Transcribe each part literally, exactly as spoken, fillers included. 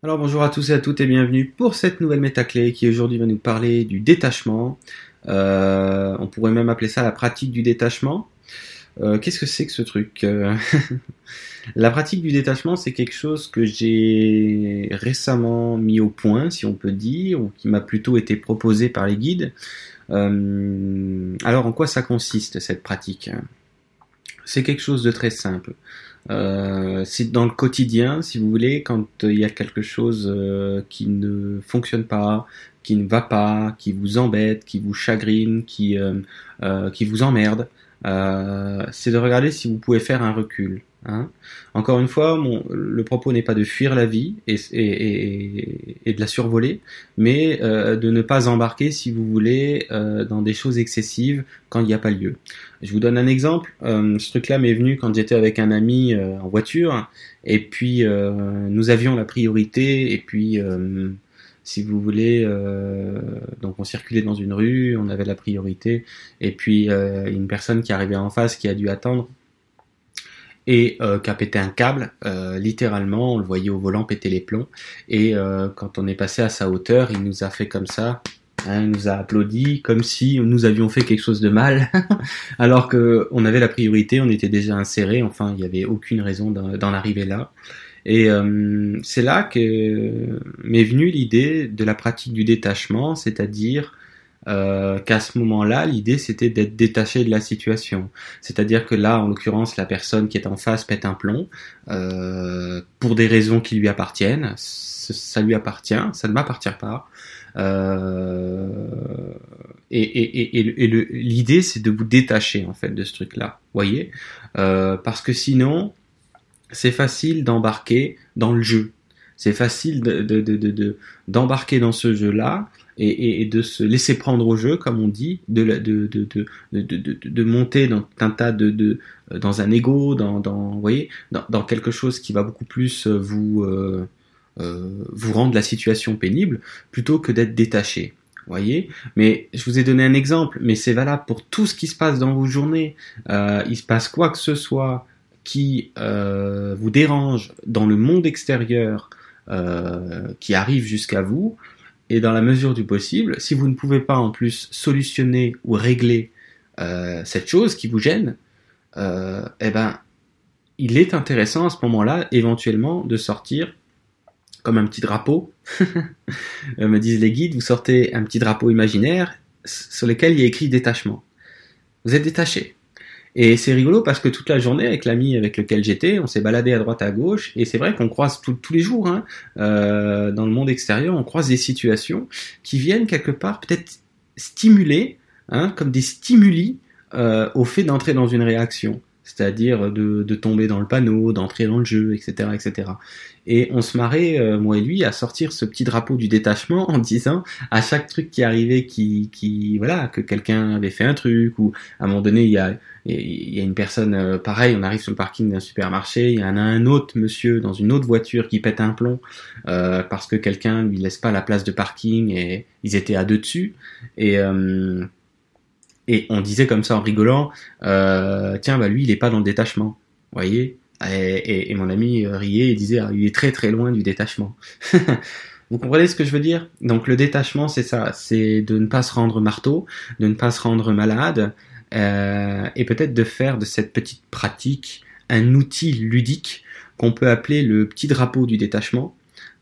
Alors bonjour à tous et à toutes et bienvenue pour cette nouvelle métaclé qui aujourd'hui va nous parler du détachement. Euh, on pourrait même appeler ça la pratique du détachement. Euh, qu'est-ce que c'est que ce truc Euh, La pratique du détachement, c'est quelque chose que j'ai récemment mis au point, si on peut dire, ou qui m'a plutôt été proposé par les guides. Euh, alors en quoi ça consiste cette pratique? C'est quelque chose de très simple. Euh, c'est dans le quotidien, si vous voulez, quand il y a quelque chose euh, qui ne fonctionne pas, qui ne va pas, qui vous embête, qui vous chagrine, qui, euh, euh, qui vous emmerde, euh, c'est de regarder si vous pouvez faire un recul. Hein. Encore une fois, mon, le propos n'est pas de fuir la vie et, et, et, et de la survoler, mais euh, de ne pas embarquer, si vous voulez, euh, dans des choses excessives quand il n'y a pas lieu. Je vous donne un exemple. Euh, ce truc-là m'est venu quand j'étais avec un ami euh, en voiture, et puis euh, nous avions la priorité, et puis euh, si vous voulez, euh, donc on circulait dans une rue, on avait la priorité, et puis euh, une personne qui arrivait en face qui a dû attendre et euh, qui a pété un câble, euh, littéralement, on le voyait au volant péter les plombs, et euh, quand on est passé à sa hauteur, il nous a fait comme ça. Hein, il nous a applaudi comme si nous avions fait quelque chose de mal, alors que on avait la priorité, on était déjà inséré. Enfin, il n'y avait aucune raison d'en, d'en arriver là. Et euh, c'est là que m'est venue l'idée de la pratique du détachement, c'est-à-dire euh, qu'à ce moment-là, l'idée c'était d'être détaché de la situation. C'est-à-dire que là, en l'occurrence, la personne qui est en face pète un plomb euh, pour des raisons qui lui appartiennent. Ça lui appartient, ça ne m'appartient pas. Euh, et et, et, et, et le, l'idée, c'est de vous détacher en fait de ce truc-là, voyez, euh, parce que sinon, c'est facile d'embarquer dans le jeu. C'est facile de, de, de, de, de d'embarquer dans ce jeu-là et, et, et de se laisser prendre au jeu, comme on dit, de, de, de, de, de, de, de, de monter dans un tas de, de dans un ego, dans, dans, vous voyez, dans, dans quelque chose qui va beaucoup plus vous euh, euh, vous rendre la situation pénible, plutôt que d'être détaché. Voyez, mais je vous ai donné un exemple, mais c'est valable pour tout ce qui se passe dans vos journées. Euh, il se passe quoi que ce soit qui euh, vous dérange dans le monde extérieur, euh, qui arrive jusqu'à vous, et dans la mesure du possible, si vous ne pouvez pas en plus solutionner ou régler euh, cette chose qui vous gêne, euh, eh ben, il est intéressant à ce moment-là, éventuellement, de sortir comme un petit drapeau. Me disent les guides, vous sortez un petit drapeau imaginaire sur lequel il y a écrit détachement. Vous êtes détaché. Et c'est rigolo parce que toute la journée, avec l'ami avec lequel j'étais, on s'est baladé à droite à gauche, et c'est vrai qu'on croise tout, tous les jours, hein, euh, dans le monde extérieur, on croise des situations qui viennent quelque part peut-être stimuler, hein, comme des stimuli euh, au fait d'entrer dans une réaction, c'est-à-dire de, de tomber dans le panneau, d'entrer dans le jeu, et cetera, et cetera. Et on se marrait, euh, moi et lui, à sortir ce petit drapeau du détachement en disant à chaque truc qui arrivait, qui, qui, voilà, que quelqu'un avait fait un truc, ou à un moment donné, il y a, il y a une personne, euh, pareil, on arrive sur le parking d'un supermarché, il y en a un autre monsieur dans une autre voiture qui pète un plomb euh, parce que quelqu'un lui laisse pas la place de parking et ils étaient à deux dessus. Et euh, et on disait comme ça en rigolant, euh, tiens, bah lui, il est pas dans le détachement, vous voyez. Et, et, et mon ami riait et disait, ah, il est très très loin du détachement. Vous comprenez ce que je veux dire? Donc le détachement, c'est ça, c'est de ne pas se rendre marteau, de ne pas se rendre malade, euh, et peut-être de faire de cette petite pratique un outil ludique qu'on peut appeler le petit drapeau du détachement,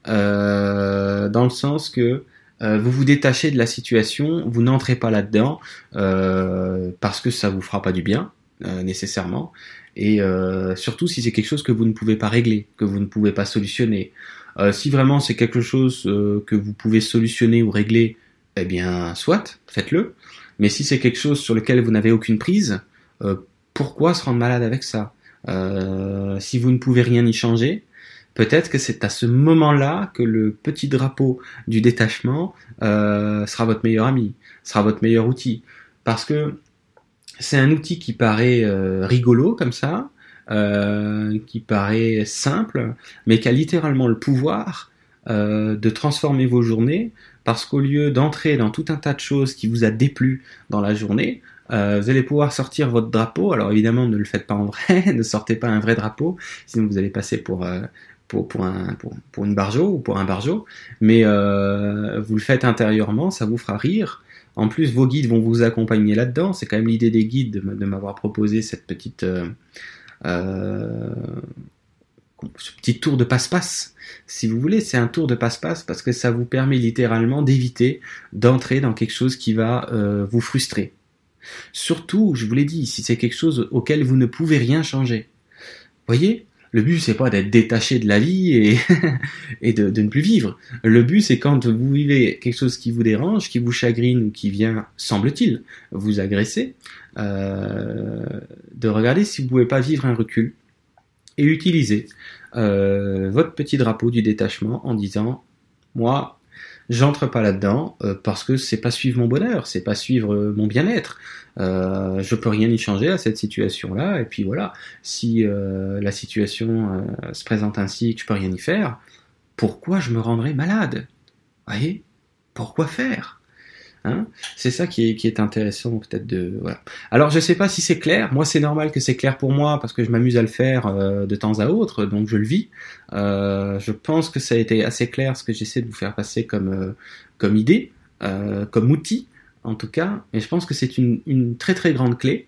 euh, dans le sens que euh, vous vous détachez de la situation, vous n'entrez pas là-dedans euh, parce que ça vous fera pas du bien euh, nécessairement, et euh, surtout si c'est quelque chose que vous ne pouvez pas régler, que vous ne pouvez pas solutionner. Euh, si vraiment c'est quelque chose euh, que vous pouvez solutionner ou régler, eh bien soit, faites-le. Mais si c'est quelque chose sur lequel vous n'avez aucune prise, euh, pourquoi se rendre malade avec ça? euh, Si vous ne pouvez rien y changer, peut-être que c'est à ce moment-là que le petit drapeau du détachement euh, sera votre meilleur ami, sera votre meilleur outil. Parce que c'est un outil qui paraît euh, rigolo comme ça, euh, qui paraît simple, mais qui a littéralement le pouvoir euh, de transformer vos journées, parce qu'au lieu d'entrer dans tout un tas de choses qui vous a déplu dans la journée, euh, vous allez pouvoir sortir votre drapeau. Alors évidemment, ne le faites pas en vrai, ne sortez pas un vrai drapeau, sinon vous allez passer pour... Euh, pour, pour, un, pour, pour une barjo ou pour un barjo, mais euh, vous le faites intérieurement, ça vous fera rire. En plus, vos guides vont vous accompagner là-dedans. C'est quand même l'idée des guides de, de m'avoir proposé cette petite, euh, euh, ce petit tour de passe-passe. Si vous voulez, c'est un tour de passe-passe parce que ça vous permet littéralement d'éviter d'entrer dans quelque chose qui va euh, vous frustrer. Surtout, je vous l'ai dit, si c'est quelque chose auquel vous ne pouvez rien changer. Voyez, le but c'est pas d'être détaché de la vie et, et de, de ne plus vivre. Le but c'est quand vous vivez quelque chose qui vous dérange, qui vous chagrine ou qui vient, semble-t-il, vous agresser, euh, de regarder si vous pouvez pas vivre un recul et utiliser euh, votre petit drapeau du détachement en disant moi j'entre pas là-dedans euh, parce que c'est pas suivre mon bonheur, c'est pas suivre euh, mon bien-être. Euh, je peux rien y changer à cette situation-là. Et puis voilà, si euh, la situation euh, se présente ainsi et que je peux rien y faire, pourquoi je me rendrais malade? Vous voyez? Pourquoi faire? Hein, c'est ça qui est, qui est intéressant peut-être de voilà. Alors je sais pas si c'est clair. Moi c'est normal que c'est clair pour moi parce que je m'amuse à le faire euh, de temps à autre, donc je le vis. Euh, je pense que ça a été assez clair ce que j'essaie de vous faire passer comme euh, comme idée, euh, comme outil en tout cas. Et je pense que c'est une, une très très grande clé.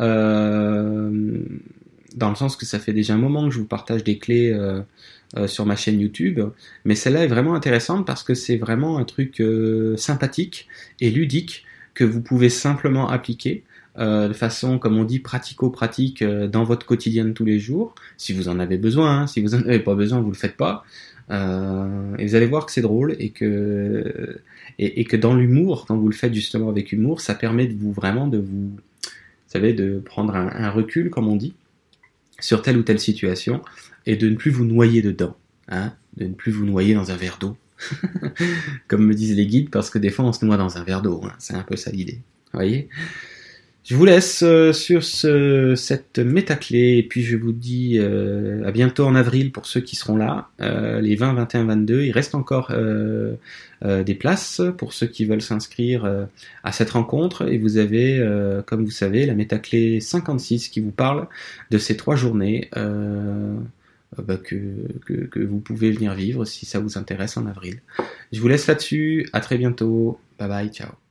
Euh, dans le sens que ça fait déjà un moment que je vous partage des clés euh, euh, sur ma chaîne YouTube, mais celle-là est vraiment intéressante parce que c'est vraiment un truc euh, sympathique et ludique que vous pouvez simplement appliquer euh, de façon, comme on dit, pratico-pratique euh, dans votre quotidien de tous les jours, si vous en avez besoin, hein. Si vous en avez pas besoin, vous le faites pas, euh, et vous allez voir que c'est drôle et que, et, et que dans l'humour, quand vous le faites justement avec humour, ça permet de vous vraiment de vous, vous savez, de prendre un, un recul, comme on dit, sur telle ou telle situation, et de ne plus vous noyer dedans, hein, de ne plus vous noyer dans un verre d'eau, comme me disent les guides, parce que des fois on se noie dans un verre d'eau, hein, c'est un peu ça l'idée, vous voyez. Je vous laisse euh, sur ce, cette métaclé, et puis je vous dis euh, à bientôt en avril pour ceux qui seront là, euh, les vingt, vingt et un, vingt-deux, il reste encore euh, euh, des places pour ceux qui veulent s'inscrire euh, à cette rencontre, et vous avez, euh, comme vous savez, la métaclé cinquante-six qui vous parle de ces trois journées euh, bah, que, que, que vous pouvez venir vivre si ça vous intéresse en avril. Je vous laisse là-dessus, à très bientôt, bye bye, ciao.